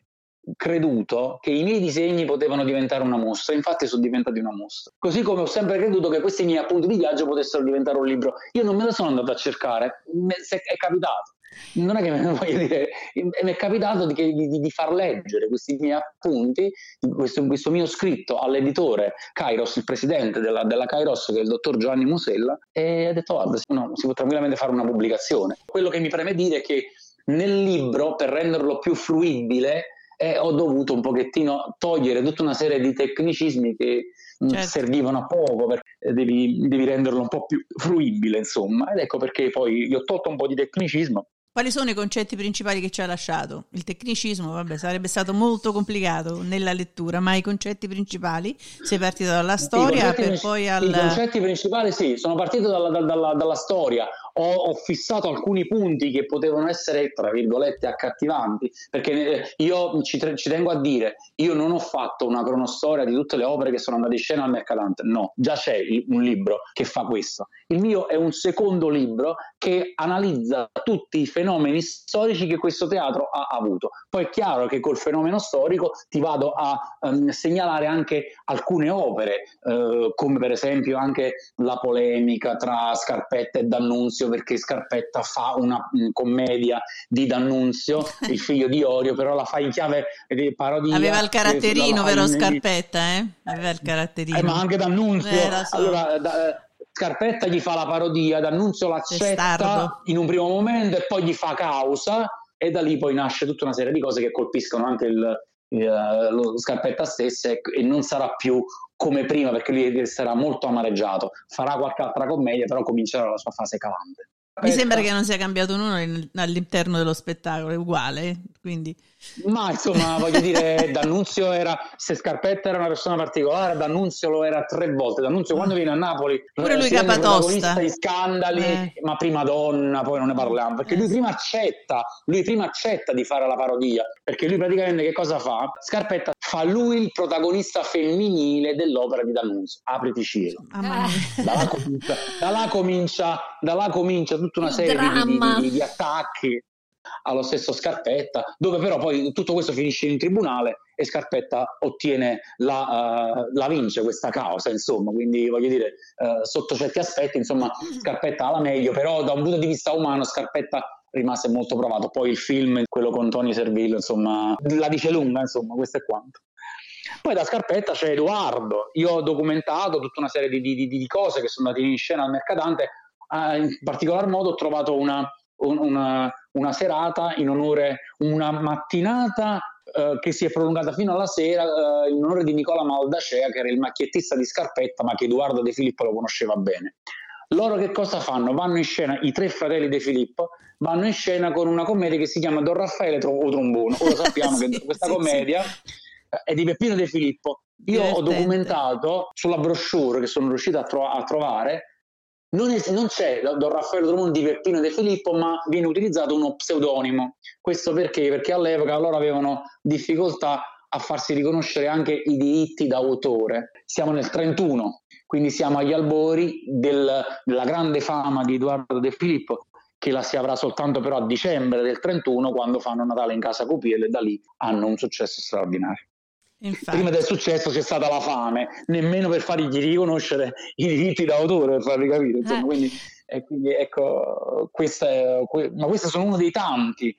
creduto che i miei disegni potevano diventare una mostra, infatti sono diventati una mostra. Così come ho sempre creduto che questi miei appunti di viaggio potessero diventare un libro. Io non me lo sono andato a cercare, è capitato. Non è che voglio dire, mi è capitato di, di, di far leggere questi miei appunti, questo, questo mio scritto all'editore Kairos, il presidente della, della Kairos, che è il dottor Giovanni Musella, e ha detto guarda, no, si può tranquillamente fare una pubblicazione. Quello che mi preme dire è che nel libro, per renderlo più fruibile, eh, ho dovuto un pochettino togliere tutta una serie di tecnicismi che certo. servivano a poco, perché devi, devi renderlo un po' più fruibile, insomma, ed ecco perché poi io ho tolto un po' di tecnicismo. Quali sono i concetti principali che ci ha lasciato? Il tecnicismo, vabbè, sarebbe stato molto complicato nella lettura, ma i concetti principali? Sei partito dalla storia per princi- poi al... I concetti principali sì, sono partito dalla, dalla, dalla, dalla storia, ho, ho fissato alcuni punti che potevano essere, tra virgolette, accattivanti, perché io ci, ci tengo a dire, io non ho fatto una cronostoria di tutte le opere che sono andate in scena al Mercadante, no, già c'è un libro che fa questo. Il mio è un secondo libro che analizza tutti i fenomeni storici che questo teatro ha avuto. Poi è chiaro che col fenomeno storico ti vado a um, segnalare anche alcune opere, uh, come per esempio anche la polemica tra Scarpetta e D'Annunzio, perché Scarpetta fa una um, commedia di D'Annunzio, il figlio di Orio, però la fa in chiave di parodia. Aveva il caratterino, vero Scarpetta, eh? Aveva il caratterino. Eh, ma anche D'Annunzio. Eh, so. Allora, da, Scarpetta gli fa la parodia, D'Annunzio l'accetta in un primo momento e poi gli fa causa, e da lì poi nasce tutta una serie di cose che colpiscono anche il, il, lo Scarpetta stesso, e, e non sarà più come prima, perché lui sarà molto amareggiato, farà qualche altra commedia, però comincerà la sua fase calante. Mi sembra che non sia cambiato nulla all'interno dello spettacolo, è uguale, quindi... Ma insomma, voglio dire, D'Annunzio era, se Scarpetta era una persona particolare, D'Annunzio lo era tre volte. D'Annunzio quando viene a Napoli pure lui si rende protagonista capatosta di scandali, eh. ma prima donna, poi non ne parliamo, perché eh. lui prima accetta, lui prima accetta di fare la parodia, perché lui praticamente che cosa fa? Scarpetta fa lui il protagonista femminile dell'opera di D'Annunzio, apriti cielo. Ah, da, là comincia, da là comincia, da là comincia tutta una serie di, di, di, di attacchi allo stesso Scarpetta, dove però poi tutto questo finisce in tribunale e Scarpetta ottiene la, uh, la vince questa causa, insomma, quindi voglio dire, uh, sotto certi aspetti, insomma, Scarpetta ha la meglio, però da un punto di vista umano Scarpetta rimase molto provato. Poi il film, quello con Tony Servillo, insomma, la dice lunga, insomma, questo è quanto. Poi da Scarpetta c'è Edoardo, io ho documentato tutta una serie di, di, di cose che sono andate in scena al Mercadante, uh, in particolar modo ho trovato una Una, una serata in onore, una mattinata eh, che si è prolungata fino alla sera eh, in onore di Nicola Maldacea, che era il macchiettista di Scarpetta, ma che Edoardo De Filippo lo conosceva bene. Loro che cosa fanno? Vanno in scena, i tre fratelli De Filippo vanno in scena con una commedia che si chiama Don Raffaele o Trombone. Ora sappiamo sì, che questa sì, commedia sì. è di Peppino De Filippo. Io Divertente. Ho documentato sulla brochure che sono riuscito a, tro- a trovare. Non, è, non c'è Don Raffaele Drummond di Peppino De Filippo, ma viene utilizzato uno pseudonimo. Questo perché? Perché all'epoca loro avevano difficoltà a farsi riconoscere anche i diritti d'autore. Siamo nel trentuno, quindi siamo agli albori del, della grande fama di Edoardo De Filippo, che la si avrà soltanto però a dicembre del trentuno, quando fanno Natale in Casa Copiello, e da lì hanno un successo straordinario. Infatti. Prima del successo c'è stata la fame, nemmeno per fargli riconoscere i diritti d'autore, per farvi capire, insomma, eh. quindi, e quindi ecco, questa è, ma questi sono uno dei tanti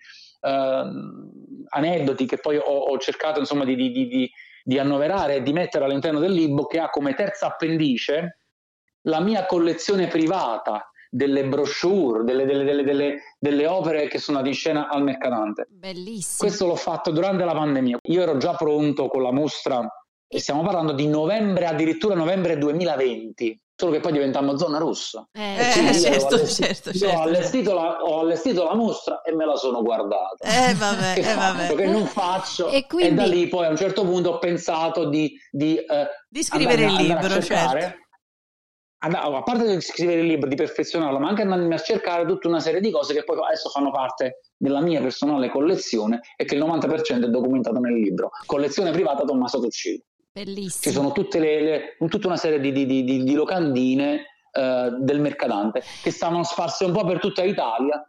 uh, aneddoti che poi ho, ho cercato insomma di, di, di, di annoverare e di mettere all'interno del libro, che ha come terza appendice la mia collezione privata delle brochure, delle, delle, delle, delle, delle opere che sono andate in scena al Mercadante. Bellissimo. Questo l'ho fatto durante la pandemia. Io ero già pronto con la mostra, e stiamo parlando di novembre, addirittura novembre duemilaventi, solo che poi diventammo zona rossa. Eh, eh, certo, allestito, certo, io certo. Ho, allestito la, ho allestito la mostra e me la sono guardata. Eh vabbè, che, eh, vabbè. che non faccio. E, quindi... e da lì poi a un certo punto ho pensato di, di, eh, di scrivere andare, il libro, andare a cercare, certo. A parte di scrivere il libro, di perfezionarlo, ma anche andarmi a cercare tutta una serie di cose che poi adesso fanno parte della mia personale collezione e che il novanta per cento è documentato nel libro. Collezione privata Tommaso Tuccillo. Bellissimo. Ci sono tutte le, le, tutta una serie di, di, di, di, di locandine uh, del Mercadante che stavano sparse un po' per tutta Italia,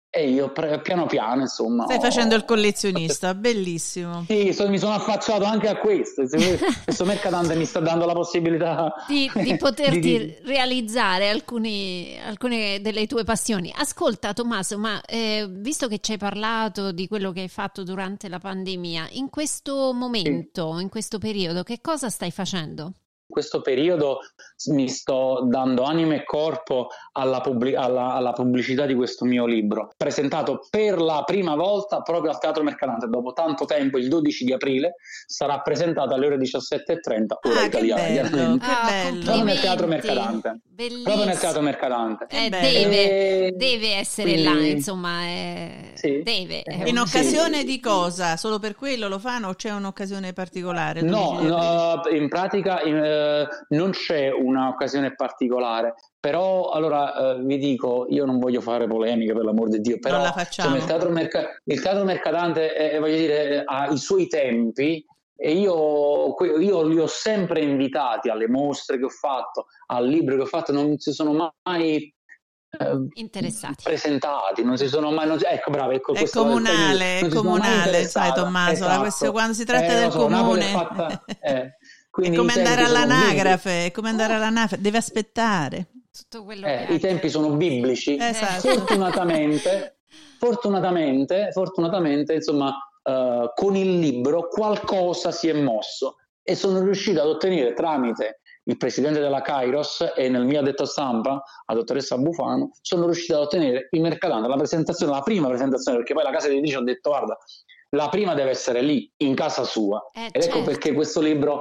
e io pre- piano piano, insomma, stai ho... facendo il collezionista, bellissimo. Sì, so, mi sono affacciato anche a questo. Questo mercatante mi sta dando la possibilità di, di poterti di, di... realizzare alcuni, alcune delle tue passioni. Ascolta Tommaso, ma eh, visto che ci hai parlato di quello che hai fatto durante la pandemia, in questo momento, sì. in questo periodo, che cosa stai facendo? In questo periodo mi sto dando anima e corpo alla, pubblic- alla, alla pubblicità di questo mio libro, presentato per la prima volta proprio al Teatro Mercatante. Dopo tanto tempo, il dodici di aprile, sarà presentato alle ore diciassette e trenta, ora ah, italiana, che bello, che ah, bello. proprio nel Teatro Mercatante. Bellissimo. Proprio nel Teatro Mercatante. Eh, deve, e... deve essere quindi... là, insomma, è... sì. deve. In un... occasione sì. di cosa? Solo per quello lo fanno o c'è un'occasione particolare? No, no, in pratica in, eh, non c'è un'occasione particolare, però allora eh, vi dico, io non voglio fare polemiche per l'amor di Dio, però non la facciamo. Insomma, il, teatro merc- il teatro mercatante eh, voglio dire, ha i suoi tempi. E io, io li ho sempre invitati alle mostre che ho fatto, al libro che ho fatto, non si sono mai eh, interessati, presentati, non si sono mai, non, ecco bravo, ecco, è comunale, è comunale, sai Tommaso, esatto. questo, quando si tratta eh, del so, comune è, fatta, eh, è come andare all'anagrafe, è come andare all'anagrafe, deve aspettare. Tutto quello eh, che i tempi sono biblici, esatto. fortunatamente, fortunatamente, fortunatamente, insomma, Uh, con il libro qualcosa si è mosso e sono riuscito ad ottenere tramite il presidente della Kairos e nel mio addetto stampa, la dottoressa Bufano, sono riuscito ad ottenere il Mercatante, la presentazione, la prima presentazione, perché poi la casa editrice ho detto guarda, la prima deve essere lì, in casa sua, eh, ed certo. ecco perché questo libro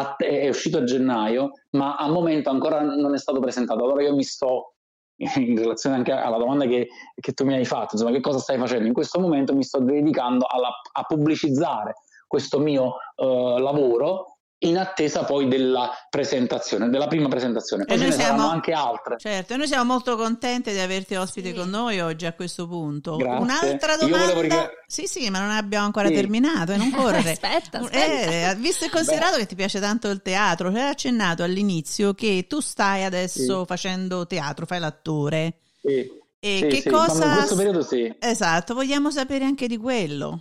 è uscito a gennaio, ma al momento ancora non è stato presentato. Allora io mi sto, in relazione anche alla domanda che, che tu mi hai fatto, insomma, che cosa stai facendo? In questo momento mi sto dedicando alla, a pubblicizzare questo mio uh, lavoro in attesa poi della presentazione, della prima presentazione. Poi e ce noi ne siamo, saranno anche altre. Certo, e noi siamo molto contenti di averti ospite sì. con noi oggi a questo punto. Grazie. Un'altra domanda? Riga... Sì, sì, ma non abbiamo ancora sì. terminato e non correre. aspetta, aspetta. Eh, visto e considerato Beh. che ti piace tanto il teatro, ci hai accennato all'inizio che tu stai adesso sì. facendo teatro, fai l'attore. Sì. E sì, che sì. cosa? In questo periodo sì. Esatto, vogliamo sapere anche di quello.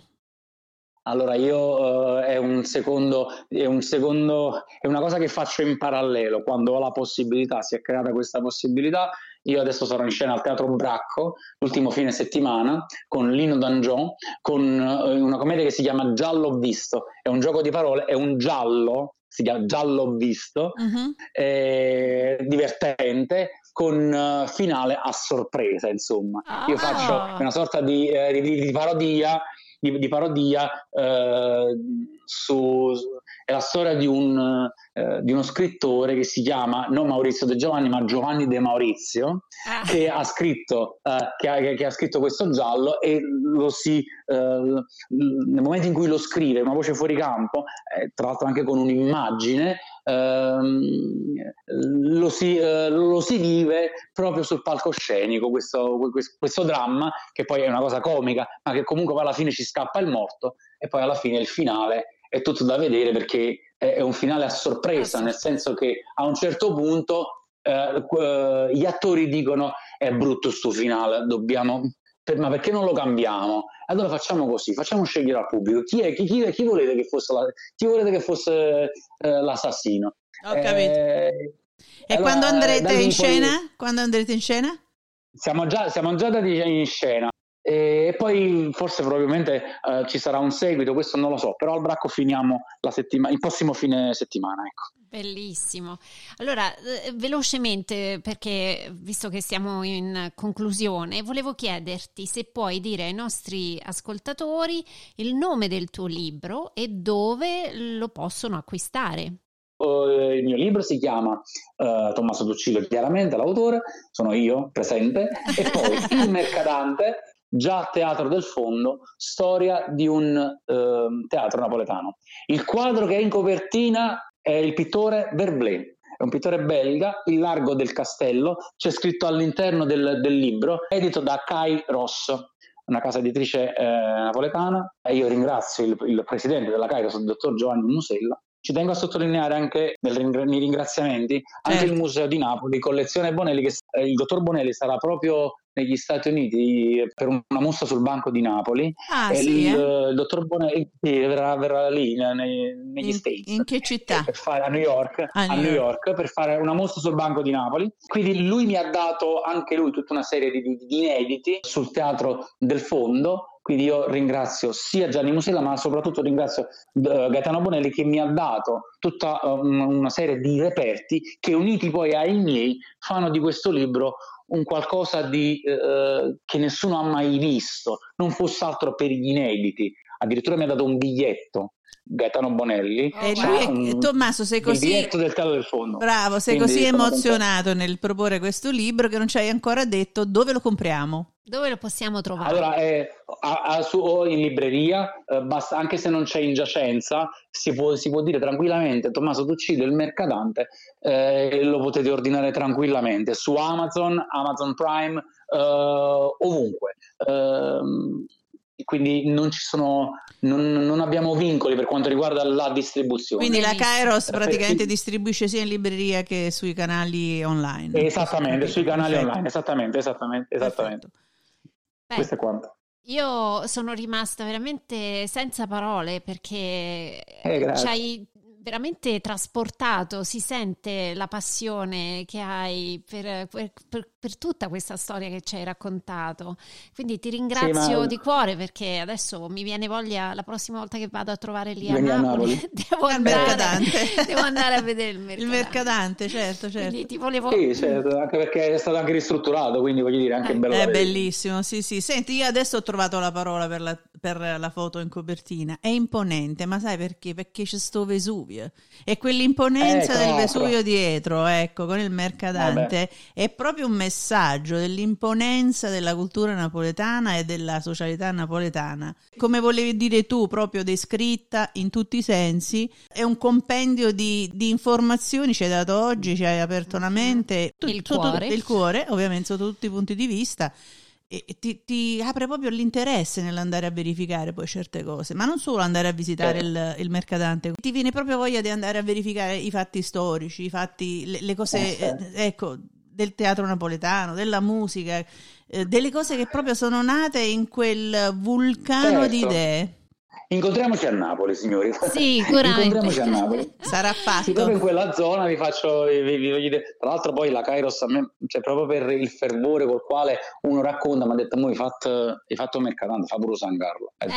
Allora io uh, è un secondo, è un secondo, è una cosa che faccio in parallelo. Quando ho la possibilità, si è creata questa possibilità, io adesso sarò in scena al Teatro Bracco l'ultimo fine settimana con Lino Dangiò, con uh, una commedia che si chiama Giallo ho visto, è un gioco di parole, è un giallo, si chiama Giallo ho visto, uh-huh. è divertente, con uh, finale a sorpresa, insomma. Ah. Io faccio una sorta di, eh, di, di parodia Di, di parodia eh, su, è la storia di, un, eh, di uno scrittore che si chiama non Maurizio De Giovanni ma Giovanni De Maurizio ah. che ha scritto eh, che, ha, che ha scritto questo giallo e lo si eh, nel momento in cui lo scrive una voce fuori campo eh, tra l'altro anche con un'immagine ehm, lo, si, eh, lo si vive proprio sul palcoscenico questo, questo, questo dramma che poi è una cosa comica ma che comunque poi alla fine ci scappa il morto e poi alla fine il finale è tutto da vedere perché è un finale a sorpresa, nel senso che a un certo punto eh, gli attori dicono è brutto sto finale, dobbiamo, per, ma perché non lo cambiamo? Allora facciamo così, facciamo scegliere al pubblico chi, è, chi, chi, chi volete che fosse, la, chi volete che fosse eh, l'assassino. Ho capito. Eh, e allora, quando andrete in scena? Poi, quando andrete in scena? Siamo già, siamo già andati in scena. E poi forse probabilmente uh, ci sarà un seguito, questo non lo so, però al Bracco finiamo la settima- il prossimo fine settimana, ecco. Bellissimo. Allora, eh, velocemente, perché visto che siamo in conclusione, volevo chiederti se puoi dire ai nostri ascoltatori il nome del tuo libro e dove lo possono acquistare. Uh, il mio libro si chiama uh, Tommaso Tuccillo, chiaramente l'autore, sono io presente, e poi Il Mercatante, già Teatro del Fondo, storia di un uh, teatro napoletano. Il quadro che è in copertina è il pittore Verblé, è un pittore belga, Il Largo del Castello, c'è scritto all'interno del, del libro, edito da Kai Rosso, una casa editrice eh, napoletana, e io ringrazio il, il presidente della Kairos, il dottor Giovanni Musella, ci tengo a sottolineare anche nel ring- nei ringraziamenti anche certo. il Museo di Napoli, collezione Bonelli, che eh, il dottor Bonelli sarà proprio negli Stati Uniti per una mostra sul Banco di Napoli. Ah, e sì, il, eh? il dottor Bonelli sì, verrà, verrà lì nei, negli In, States. in che città? Per fare, a New York, a New, a New York. York per fare una mostra sul Banco di Napoli. Quindi lui mi ha dato anche lui tutta una serie di, di, di inediti sul teatro del fondo. Quindi io ringrazio sia Gianni Musella, ma soprattutto ringrazio uh, Gaetano Bonelli, che mi ha dato tutta um, una serie di reperti che, uniti poi ai miei, fanno di questo libro un qualcosa di uh, che nessuno ha mai visto, non fosse altro per gli inediti. Addirittura mi ha dato un biglietto Gaetano Bonelli. Oh, e lui è, un, Tommaso, sei così, il biglietto del teatro del fondo. Bravo, sei Quindi così emozionato nel proporre questo libro che non ci hai ancora detto dove lo compriamo. Dove lo possiamo trovare? Allora, eh, a, a, su, o in libreria, eh, basta, anche se non c'è in giacenza, si può, si può dire tranquillamente Tommaso Tuccido, il Mercadante, eh, lo potete ordinare tranquillamente su Amazon, Amazon Prime, eh, ovunque. Eh, quindi non ci sono, non, non abbiamo vincoli per quanto riguarda la distribuzione. Quindi la Kairos praticamente per... distribuisce sia in libreria che sui canali online. Esattamente, sui canali Perfetto. online, esattamente, esattamente, esattamente. Beh, questo è quanto. Io sono rimasta veramente senza parole perché eh, ci hai veramente trasportato, si sente la passione che hai per, per, per, per tutta questa storia che ci hai raccontato. Quindi ti ringrazio sì, ma... di cuore, perché adesso mi viene voglia, la prossima volta che vado a trovare lì a Napoli, a Napoli. Devo, andare, devo andare a vedere il Mercadante. Il Mercadante, certo, certo. Quindi ti volevo... Sì, certo, anche perché è stato anche ristrutturato, quindi voglio dire, anche eh, bello. È bellissimo, sì, sì. Senti, io adesso ho trovato la parola per la, per la foto in copertina. È imponente, ma sai perché? Perché c'è sto Vesuvio. E quell'imponenza eh, del Vesuvio dietro, ecco, con il Mercadante, Vabbè. È proprio un messaggio dell'imponenza della cultura napoletana e della socialità napoletana. Come volevi dire tu, proprio descritta in tutti i sensi, è un compendio di, di informazioni, ci hai dato oggi, ci hai aperto la mente, tu, il, cuore. Tu, il cuore, ovviamente sotto tutti i punti di vista. E ti, ti apre proprio l'interesse nell'andare a verificare poi certe cose, ma non solo andare a visitare il, il Mercadante, ti viene proprio voglia di andare a verificare i fatti storici, i fatti, le, le cose eh, ecco, del teatro napoletano, della musica, eh, delle cose che proprio sono nate in quel vulcano certo. di idee. Incontriamoci a Napoli, signori. Sì, sicuramente. Incontriamoci a Napoli. Sarà fatto. Sì, proprio in quella zona vi faccio, vi, vi, vi voglio dire. Tra l'altro poi la Kairos a me, cioè proprio per il fervore col quale uno racconta, mi ha detto, mo hai fatto, hai fatto Mercadante, fa pure San Carlo. È il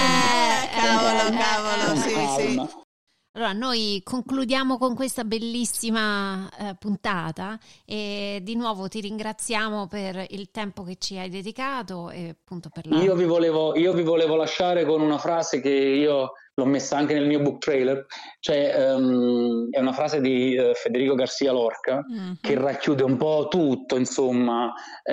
eh, cavolo, cavolo, sì, calma. sì. Allora, noi concludiamo con questa bellissima eh, puntata e di nuovo ti ringraziamo per il tempo che ci hai dedicato e appunto per la... Io vi volevo, io vi volevo lasciare con una frase che io l'ho messa anche nel mio book trailer, cioè um, è una frase di uh, Federico Garcia Lorca mm-hmm. che racchiude un po' tutto, insomma,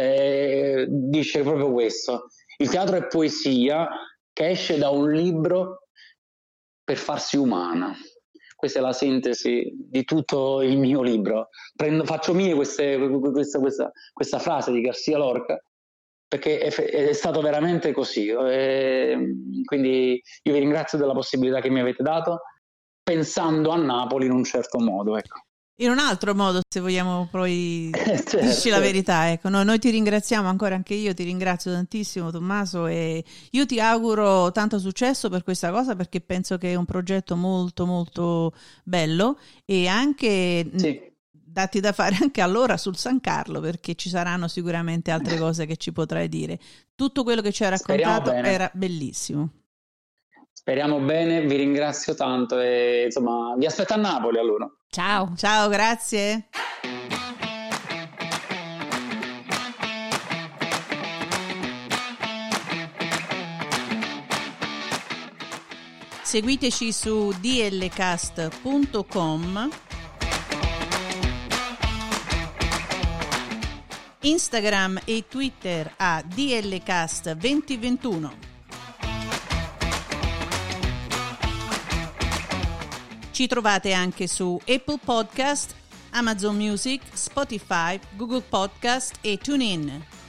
eh, dice proprio questo: il teatro è poesia che esce da un libro per farsi umana. Questa è la sintesi di tutto il mio libro. Prendo, faccio mie queste, questa, questa, questa frase di Garcia Lorca, perché è, è stato veramente così. E quindi io vi ringrazio della possibilità che mi avete dato, pensando a Napoli in un certo modo, ecco. In un altro modo, se vogliamo poi certo, dirci la verità, ecco. No, noi ti ringraziamo ancora, anche io ti ringrazio tantissimo, Tommaso, e io ti auguro tanto successo per questa cosa, perché penso che è un progetto molto molto bello e anche sì. datti da fare anche allora sul San Carlo, perché ci saranno sicuramente altre cose che ci potrai dire. Tutto quello che ci hai raccontato era bellissimo. Speriamo bene, vi ringrazio tanto e insomma vi aspetto a Napoli allora. Ciao. Ciao, grazie. Seguiteci su d l cast punto com, Instagram e Twitter a D L Cast duemilaventuno. Ci trovate anche su Apple Podcast, Amazon Music, Spotify, Google Podcast e TuneIn.